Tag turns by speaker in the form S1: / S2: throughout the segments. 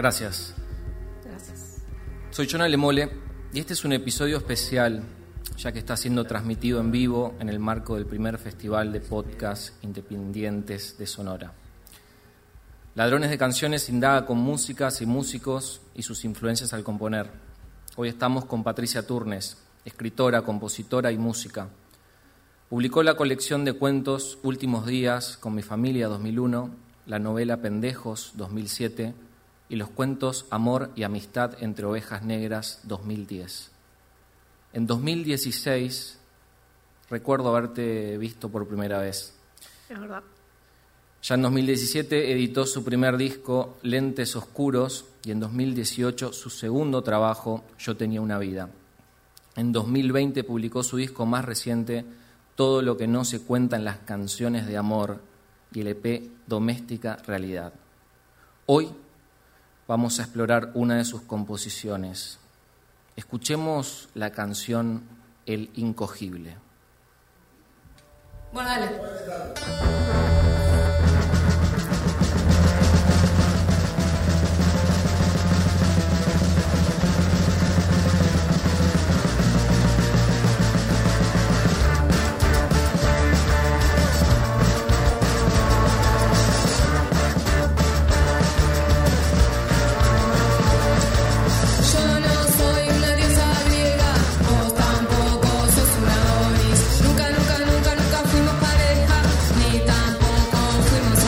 S1: Gracias.
S2: Gracias.
S1: Soy Jonah Lemole y este es un episodio especial, ya que está siendo transmitido en vivo en el marco del primer festival de podcast independientes de Sonora. Ladrones de Canciones indaga con músicas y músicos y sus influencias al componer. Hoy estamos con Patricia Turnes, escritora, compositora y música. Publicó la colección de cuentos Últimos Días con mi familia 2001, la novela Pendejos 2007 y los cuentos Amor y Amistad entre Ovejas Negras 2010. En 2016 recuerdo haberte visto por primera vez.
S2: Es verdad.
S1: Ya en 2017 editó su primer disco, Lentes Oscuros, y en 2018 su segundo trabajo, Yo Tenía una Vida. En 2020 publicó su disco más reciente, Todo lo que no se cuenta en las canciones de amor, y el EP Doméstica Realidad. Hoy vamos a explorar una de sus composiciones. Escuchemos la canción El Incogible.
S2: Bueno, dale.
S3: Fuimos pareja, ni tampoco fuimos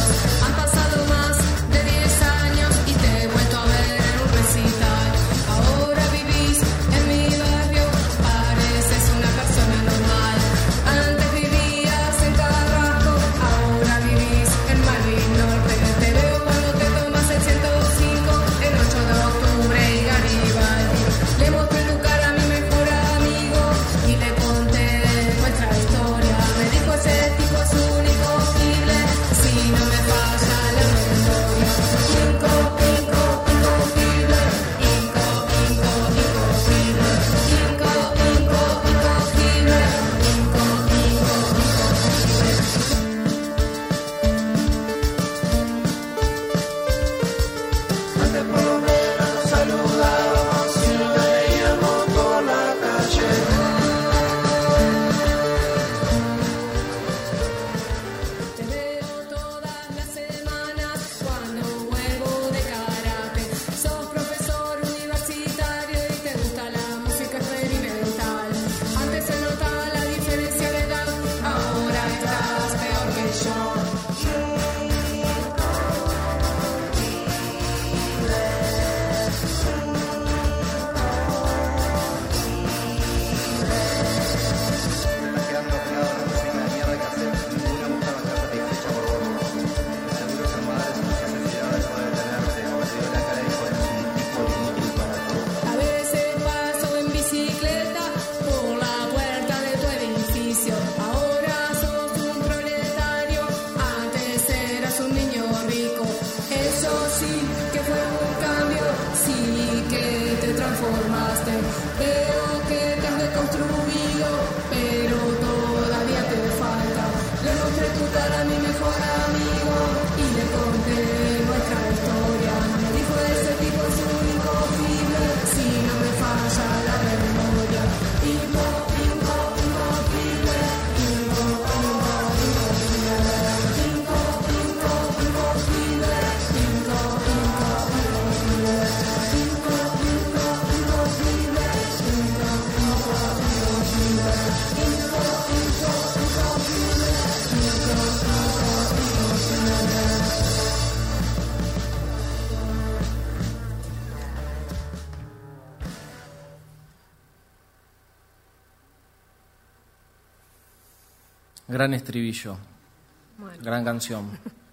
S1: Gran estribillo,
S2: Bueno.
S1: gran canción.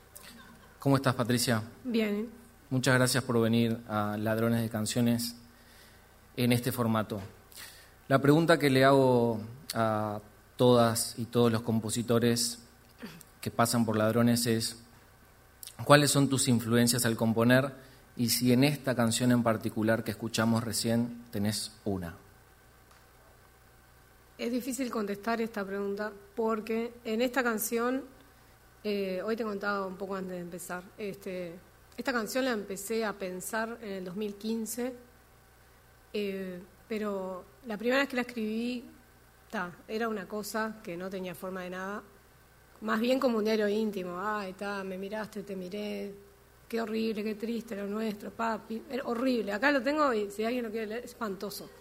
S1: ¿Cómo estás, Patricia?
S2: Bien.
S1: Muchas gracias por venir a Ladrones de Canciones en este formato. La pregunta que le hago a todas y todos los compositores que pasan por Ladrones es: ¿cuáles son tus influencias al componer? Y si en esta canción en particular que escuchamos recién tenés una.
S2: Es difícil contestar esta pregunta porque en esta canción, hoy te contaba un poco antes de empezar, Esta canción la empecé a pensar en el 2015, pero la primera vez que la escribí, era una cosa que no tenía forma de nada, más bien como un diario íntimo. Ay, me miraste, te miré, qué horrible, qué triste lo nuestro, papi. Era horrible. Acá lo tengo y si alguien lo quiere leer, espantoso.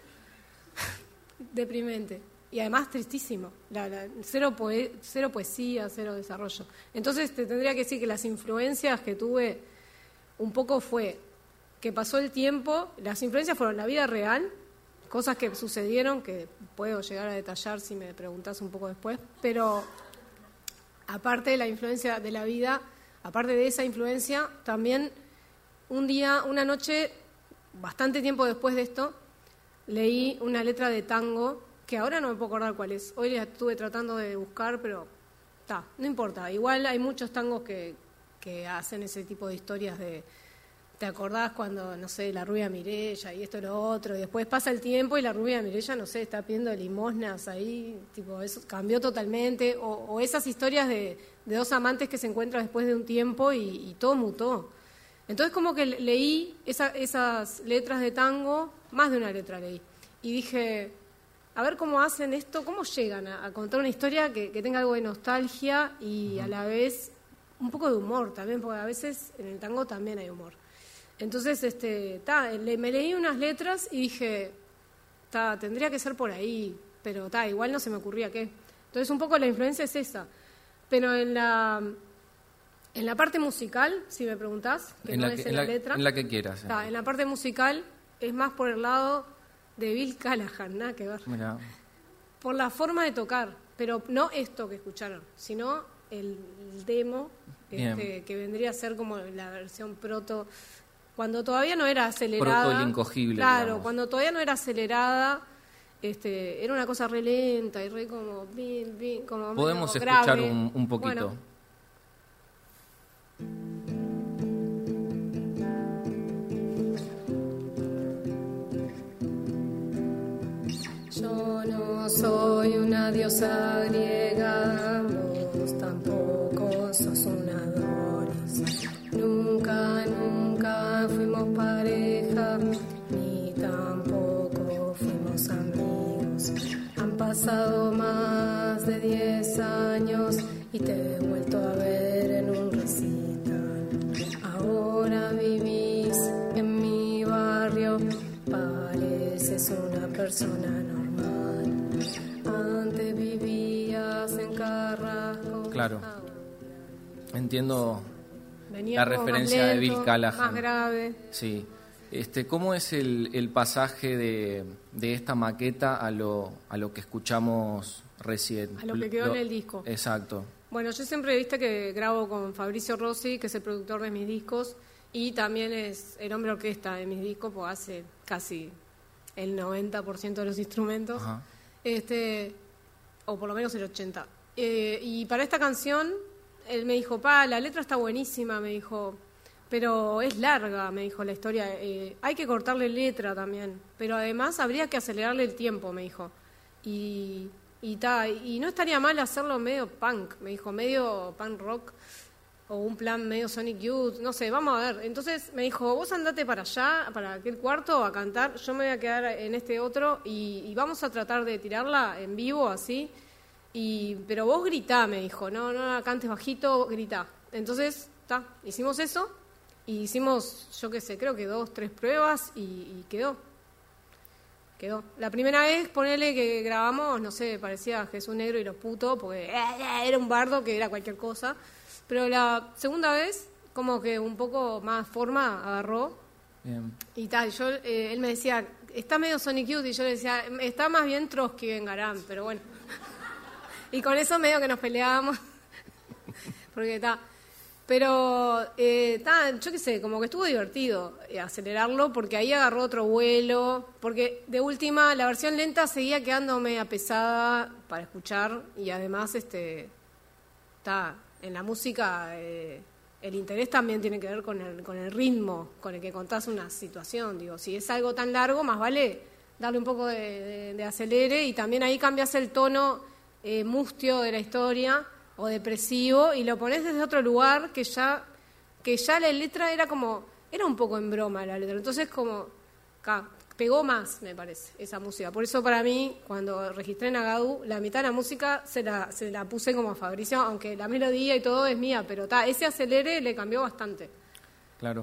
S2: Deprimente. Y además tristísimo. Cero poesía, cero desarrollo. Entonces te tendría que decir que las influencias que tuve un poco fue que pasó el tiempo, las influencias fueron la vida real, cosas que sucedieron que puedo llegar a detallar si me preguntás un poco después, pero aparte de la influencia de la vida, aparte de esa influencia, también una noche, bastante tiempo después de esto, leí una letra de tango, que ahora no me puedo acordar cuál es. Hoy la estuve tratando de buscar, pero no importa. Igual hay muchos tangos que hacen ese tipo de historias de... ¿Te acordás cuando, no sé, la rubia Mireya y esto y lo otro? Y después pasa el tiempo y la rubia Mireya, no sé, está pidiendo limosnas ahí, tipo, eso cambió totalmente. O esas historias de dos amantes que se encuentran después de un tiempo y todo mutó. Entonces como que leí esas letras de tango, más de una letra leí, y dije, a ver cómo hacen esto, cómo llegan a contar una historia que tenga algo de nostalgia y a la vez un poco de humor también, porque a veces en el tango también hay humor. Entonces, me leí unas letras y dije, tendría que ser por ahí, pero igual no se me ocurría qué. Entonces, un poco la influencia es esa. Pero en la parte musical, si me preguntás, que no es en la letra.
S1: En la que quieras.
S2: En la parte musical es más por el lado de Bill Callahan, nada que ver.
S1: Mirá.
S2: Por la forma de tocar, pero no esto que escucharon, sino el demo, que vendría a ser como la versión proto, cuando todavía no era acelerada.
S1: Proto el incogible.
S2: Claro,
S1: digamos.
S2: cuando todavía no era acelerada, era una cosa re lenta y re como... como
S1: podemos
S2: medio
S1: escuchar
S2: grave.
S1: un poquito.
S2: Bueno. Yo no soy una diosa griega, vos tampoco sos un Adonis. Nunca fuimos pareja, ni tampoco fuimos amigos. Han pasado más de 10 años y te he vuelto a ver en un recital. Ahora vivís en mi barrio, pareces una persona normal. Antes vivías en Carrasco.
S1: Claro. Entiendo
S2: Venía
S1: la
S2: como
S1: referencia
S2: más
S1: de
S2: lento,
S1: Bill Callahan.
S2: más grave.
S1: Sí. ¿Cómo es el pasaje de esta maqueta a lo que escuchamos recién?
S2: A lo que quedó en el disco.
S1: Exacto.
S2: Bueno, yo siempre viste que grabo con Fabricio Rossi, que es el productor de mis discos, y también es el hombre orquesta de mis discos, pues hace casi el 90% de los instrumentos,
S1: Ajá.
S2: O por lo menos el 80%. Y para esta canción, él me dijo, la letra está buenísima, me dijo, pero es larga, me dijo la historia, hay que cortarle letra también, pero además habría que acelerarle el tiempo, me dijo. Y no estaría mal hacerlo medio punk, me dijo, medio punk rock, o un plan medio Sonic Youth, no sé, vamos a ver. Entonces me dijo, vos andate para allá, para aquel cuarto, a cantar, yo me voy a quedar en este otro y vamos a tratar de tirarla en vivo, así, pero vos gritá, me dijo, no la cantes bajito, gritá. Entonces, hicimos eso, y hicimos, yo qué sé, creo que 2, 3 pruebas, y quedó. La primera vez, ponele que grabamos, no sé, parecía Jesús Negro y los putos, porque era un bardo que era cualquier cosa. Pero la segunda vez, como que un poco más forma agarró.
S1: Bien.
S2: Y él me decía, está medio Sonic Youth, y yo le decía, está más bien Trotsky en Garán, pero bueno. Y con eso medio que nos peleábamos. Porque Pero, yo qué sé, como que estuvo divertido acelerarlo, porque ahí agarró otro vuelo, porque de última la versión lenta seguía quedando media pesada para escuchar, y además, en la música el interés también tiene que ver con el ritmo con el que contás una situación. Digo, si es algo tan largo, más vale darle un poco de acelere, y también ahí cambias el tono mustio de la historia, o depresivo, y lo pones desde otro lugar que que ya la letra era un poco en broma la letra. Entonces pegó más, me parece, esa música. Por eso para mí, cuando registré en Agadu, la mitad de la música se la puse como a Fabricio, aunque la melodía y todo es mía, pero ese acelere le cambió bastante.
S1: Claro.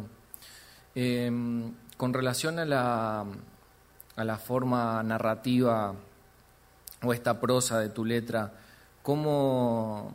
S1: Con relación a la forma narrativa o esta prosa de tu letra, ¿cómo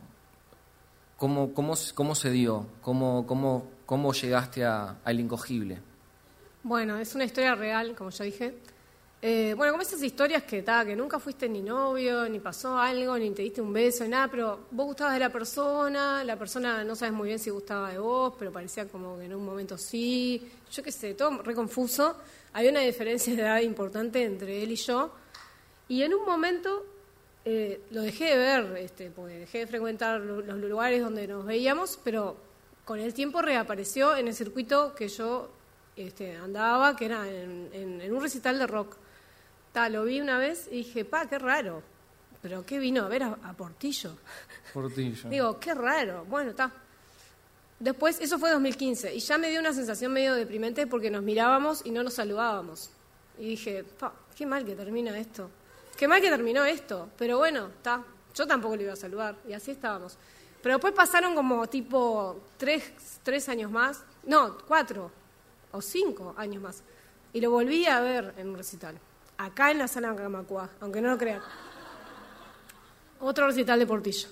S1: se dio? ¿Cómo llegaste al incogible?
S2: Bueno, es una historia real, como ya dije. Como esas historias que nunca fuiste ni novio, ni pasó algo, ni te diste un beso, ni nada, pero vos gustabas de la persona no sabes muy bien si gustaba de vos, pero parecía como que en un momento sí, yo qué sé, todo re confuso. Había una diferencia de edad importante entre él y yo, y en un momento lo dejé de ver, porque dejé de frecuentar los lugares donde nos veíamos, pero con el tiempo reapareció en el circuito que yo andaba, que era en un recital de rock. Lo vi una vez y dije, qué raro. ¿Pero qué vino a ver a Portillo?
S1: Portillo.
S2: Digo, qué raro. Bueno, Después, eso fue 2015, y ya me dio una sensación medio deprimente porque nos mirábamos y no nos saludábamos. Y dije, qué mal que termina esto. Qué mal que terminó esto. Pero bueno, yo tampoco le iba a saludar. Y así estábamos. Pero después pasaron como tipo 3 años más. No, 4 o 5 años más. Y lo volví a ver en un recital. Acá en la sala Camacuá, aunque no lo crean. Otro recital de Portillo.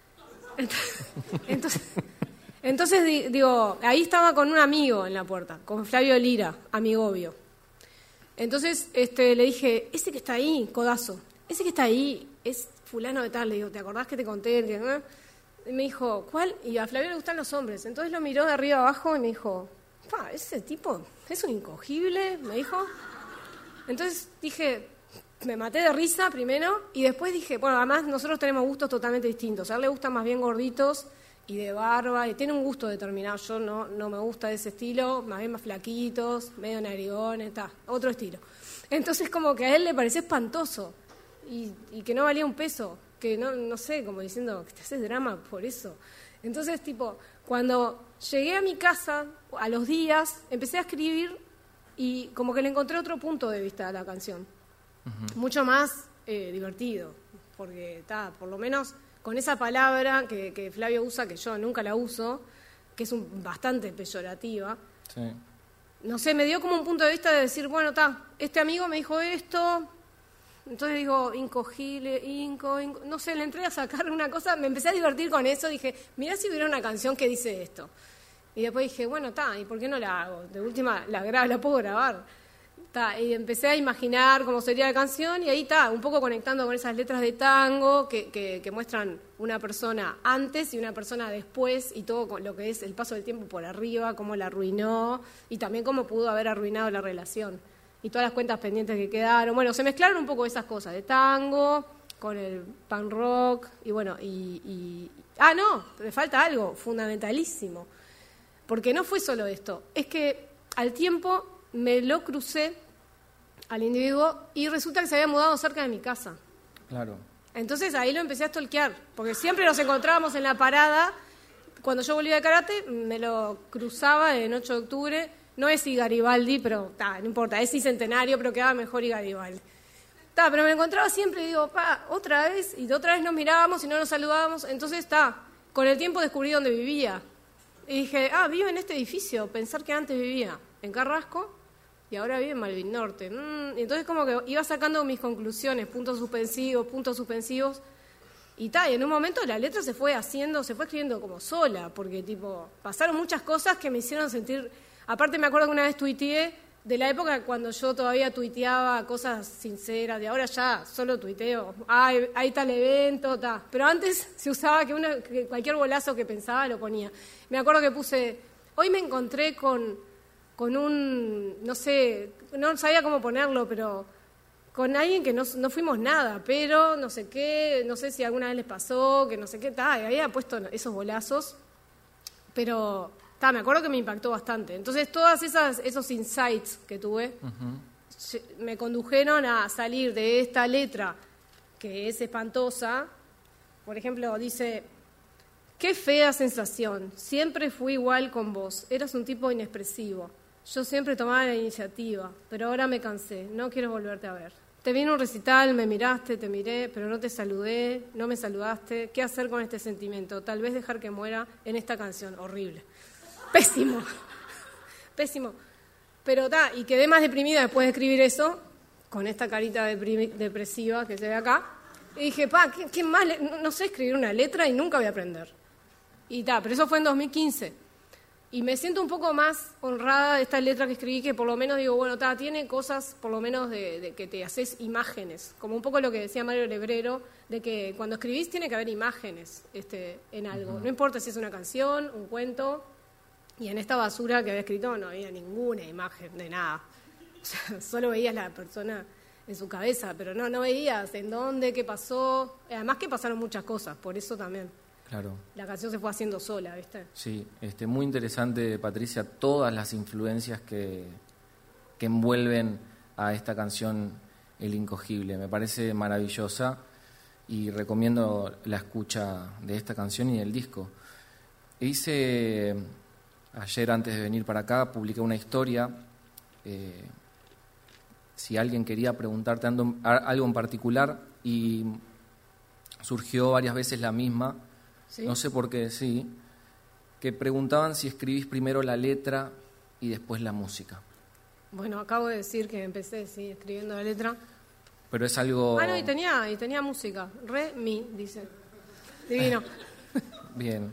S2: Entonces digo, ahí estaba con un amigo en la puerta, con Flavio Lira, amigo obvio. Entonces le dije, ese que está ahí, codazo, ese que está ahí es fulano de tal. Le digo, ¿te acordás que te conté? Y me dijo, ¿cuál? Y a Flavio le gustan los hombres. Entonces lo miró de arriba abajo y me dijo, ese tipo es un incogible, me dijo. Entonces dije, me maté de risa primero y después dije, además nosotros tenemos gustos totalmente distintos. A él le gustan más bien gorditos y de barba, y tiene un gusto determinado. Yo no me gusta de ese estilo, más bien más flaquitos, medio narigones, otro estilo. Entonces como que a él le parecía espantoso y que no valía un peso, que no sé, como diciendo, que te haces drama por eso. Entonces, cuando llegué a mi casa, a los días, empecé a escribir y como que le encontré otro punto de vista a la canción. Uh-huh. Mucho más divertido, porque por lo menos con esa palabra que Flavio usa, que yo nunca la uso, que es bastante peyorativa.
S1: Sí.
S2: No sé, me dio como un punto de vista de decir, este amigo me dijo esto, entonces digo, incogible, no sé, le entré a sacar una cosa, me empecé a divertir con eso, dije, mirá si hubiera una canción que dice esto. Y después dije, ¿y por qué no la hago? De última, la puedo grabar. Y empecé a imaginar cómo sería la canción y ahí un poco conectando con esas letras de tango que muestran una persona antes y una persona después y todo con lo que es el paso del tiempo por arriba, cómo la arruinó y también cómo pudo haber arruinado la relación y todas las cuentas pendientes que quedaron. Bueno, se mezclaron un poco esas cosas de tango con el punk rock y no, me falta algo fundamentalísimo, porque no fue solo esto, es que al tiempo me lo crucé al individuo y resulta que se había mudado cerca de mi casa.
S1: Claro.
S2: Entonces ahí lo empecé a stalkear, porque siempre nos encontrábamos en la parada. Cuando yo volvía de karate, me lo cruzaba en 8 de octubre. No es Garibaldi, pero no importa, es Centenario, pero quedaba mejor Garibaldi. Pero me encontraba siempre y digo, otra vez, y otra vez nos mirábamos y no nos saludábamos. Entonces, con el tiempo descubrí dónde vivía. Y dije, vivo en este edificio, pensar que antes vivía en Carrasco y ahora vive en Malvin Norte. Entonces como que iba sacando mis conclusiones, puntos suspensivos, y en un momento la letra se fue escribiendo como sola, porque pasaron muchas cosas que me hicieron sentir. Aparte me acuerdo que una vez tuiteé de la época cuando yo todavía tuiteaba cosas sinceras, y ahora ya solo tuiteo, hay tal evento, pero antes se usaba que cualquier bolazo que pensaba lo ponía. Me acuerdo que puse, hoy me encontré con un, no sé, no sabía cómo ponerlo, pero con alguien que no fuimos nada, pero no sé qué, no sé si alguna vez les pasó, que no sé qué, y había puesto esos bolazos, pero me acuerdo que me impactó bastante. Entonces todas esos insights que tuve me condujeron a salir de esta letra que es espantosa. Por ejemplo, dice Qué fea sensación. Siempre fui igual con vos. Eras un tipo inexpresivo. Yo siempre tomaba la iniciativa, pero ahora me cansé. No quiero volverte a ver. Te vi en un recital, me miraste, te miré, pero no te saludé, no me saludaste. ¿Qué hacer con este sentimiento? Tal vez dejar que muera en esta canción. Horrible. Pésimo. Pésimo. Pero y quedé más deprimida después de escribir eso, con esta carita depresiva que se ve acá. Y dije, ¿qué más? No sé escribir una letra y nunca voy a aprender. Pero eso fue en 2015. Y me siento un poco más honrada de esta letra que escribí, que por lo menos digo, bueno, tiene cosas por lo menos de que te haces imágenes. Como un poco lo que decía Mario Lebrero, de que cuando escribís tiene que haber imágenes en algo. No importa si es una canción, un cuento. Y en esta basura que había escrito no había ninguna imagen de nada. O sea, solo veías la persona en su cabeza, pero no veías en dónde, qué pasó. Además que pasaron muchas cosas, por eso también.
S1: Claro.
S2: La canción se fue haciendo sola, ¿viste?
S1: Sí, muy interesante, Patricia, todas las influencias que envuelven a esta canción El Incogible. Me parece maravillosa y recomiendo la escucha de esta canción y del disco. Ayer, antes de venir para acá, publiqué una historia. Si alguien quería preguntarte algo en particular, y surgió varias veces la misma, ¿sí? No sé por qué, sí, que preguntaban si escribís primero la letra y después la música.
S2: Bueno, acabo de decir que empecé escribiendo la letra.
S1: Pero es algo...
S2: no, y tenía música. Re, mi, dice. Divino.
S1: Bien.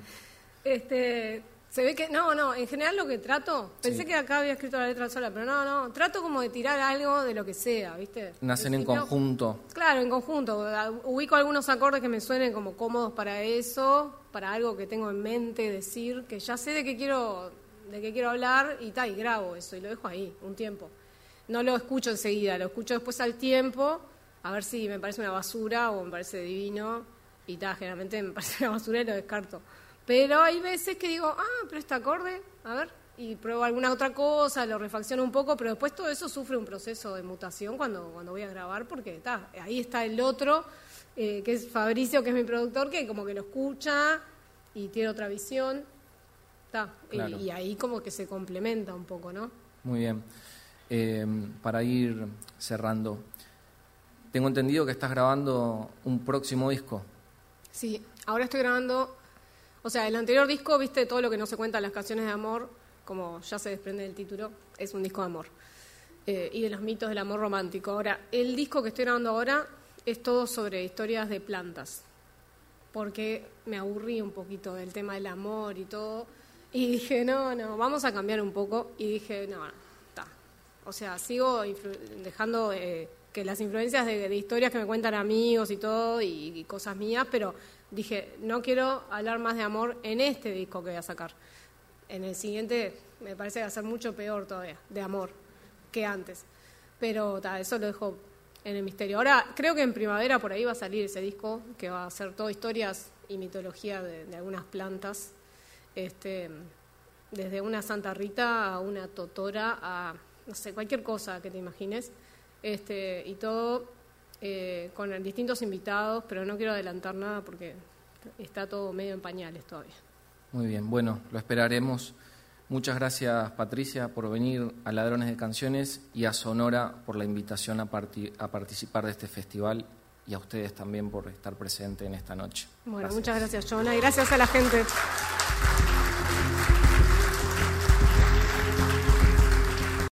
S2: Se ve que, no, en general lo que trato, pensé que acá había escrito la letra sola, pero no, trato como de tirar algo de lo que sea, ¿viste?
S1: Nacen en conjunto.
S2: Claro, en conjunto. Ubico algunos acordes que me suenen como cómodos para eso, para algo que tengo en mente decir, que ya sé de qué quiero hablar, y grabo eso, y lo dejo ahí, un tiempo. No lo escucho enseguida, lo escucho después al tiempo, a ver si me parece una basura o me parece divino, y generalmente me parece una basura y lo descarto. Pero hay veces que digo, pero este acorde, a ver, y pruebo alguna otra cosa, lo refacciono un poco, pero después todo eso sufre un proceso de mutación cuando voy a grabar, porque ahí está el otro, que es Fabricio, que es mi productor, que como que lo escucha y tiene otra visión, claro. Y ahí como que se complementa un poco, ¿no?
S1: Muy bien. Para ir cerrando, tengo entendido que estás grabando un próximo disco.
S2: Sí, ahora estoy grabando... O sea, el anterior disco, viste, todo lo que no se cuenta en las canciones de amor, como ya se desprende del título, es un disco de amor. Y de los mitos del amor romántico. Ahora, el disco que estoy grabando ahora es todo sobre historias de plantas. Porque me aburrí un poquito del tema del amor y todo. Y dije, no, vamos a cambiar un poco. Y dije, no, O sea, sigo dejando que las influencias de historias que me cuentan amigos y todo, y cosas mías, pero... Dije, no quiero hablar más de amor en este disco que voy a sacar. En el siguiente me parece que va a ser mucho peor todavía, de amor, que antes. Pero eso lo dejo en el misterio. Ahora, creo que en primavera por ahí va a salir ese disco, que va a ser todo historias y mitología de algunas plantas. Desde una Santa Rita a una totora, a, no sé, cualquier cosa que te imagines. Y todo... con distintos invitados, pero no quiero adelantar nada porque está todo medio en pañales todavía.
S1: Muy bien, bueno, lo esperaremos. Muchas gracias, Patricia, por venir a Ladrones de Canciones, y a Sonora por la invitación a participar de este festival, y a ustedes también por estar presentes en esta noche.
S2: Bueno,
S1: gracias.
S2: Muchas gracias, Jonah, y gracias a la gente.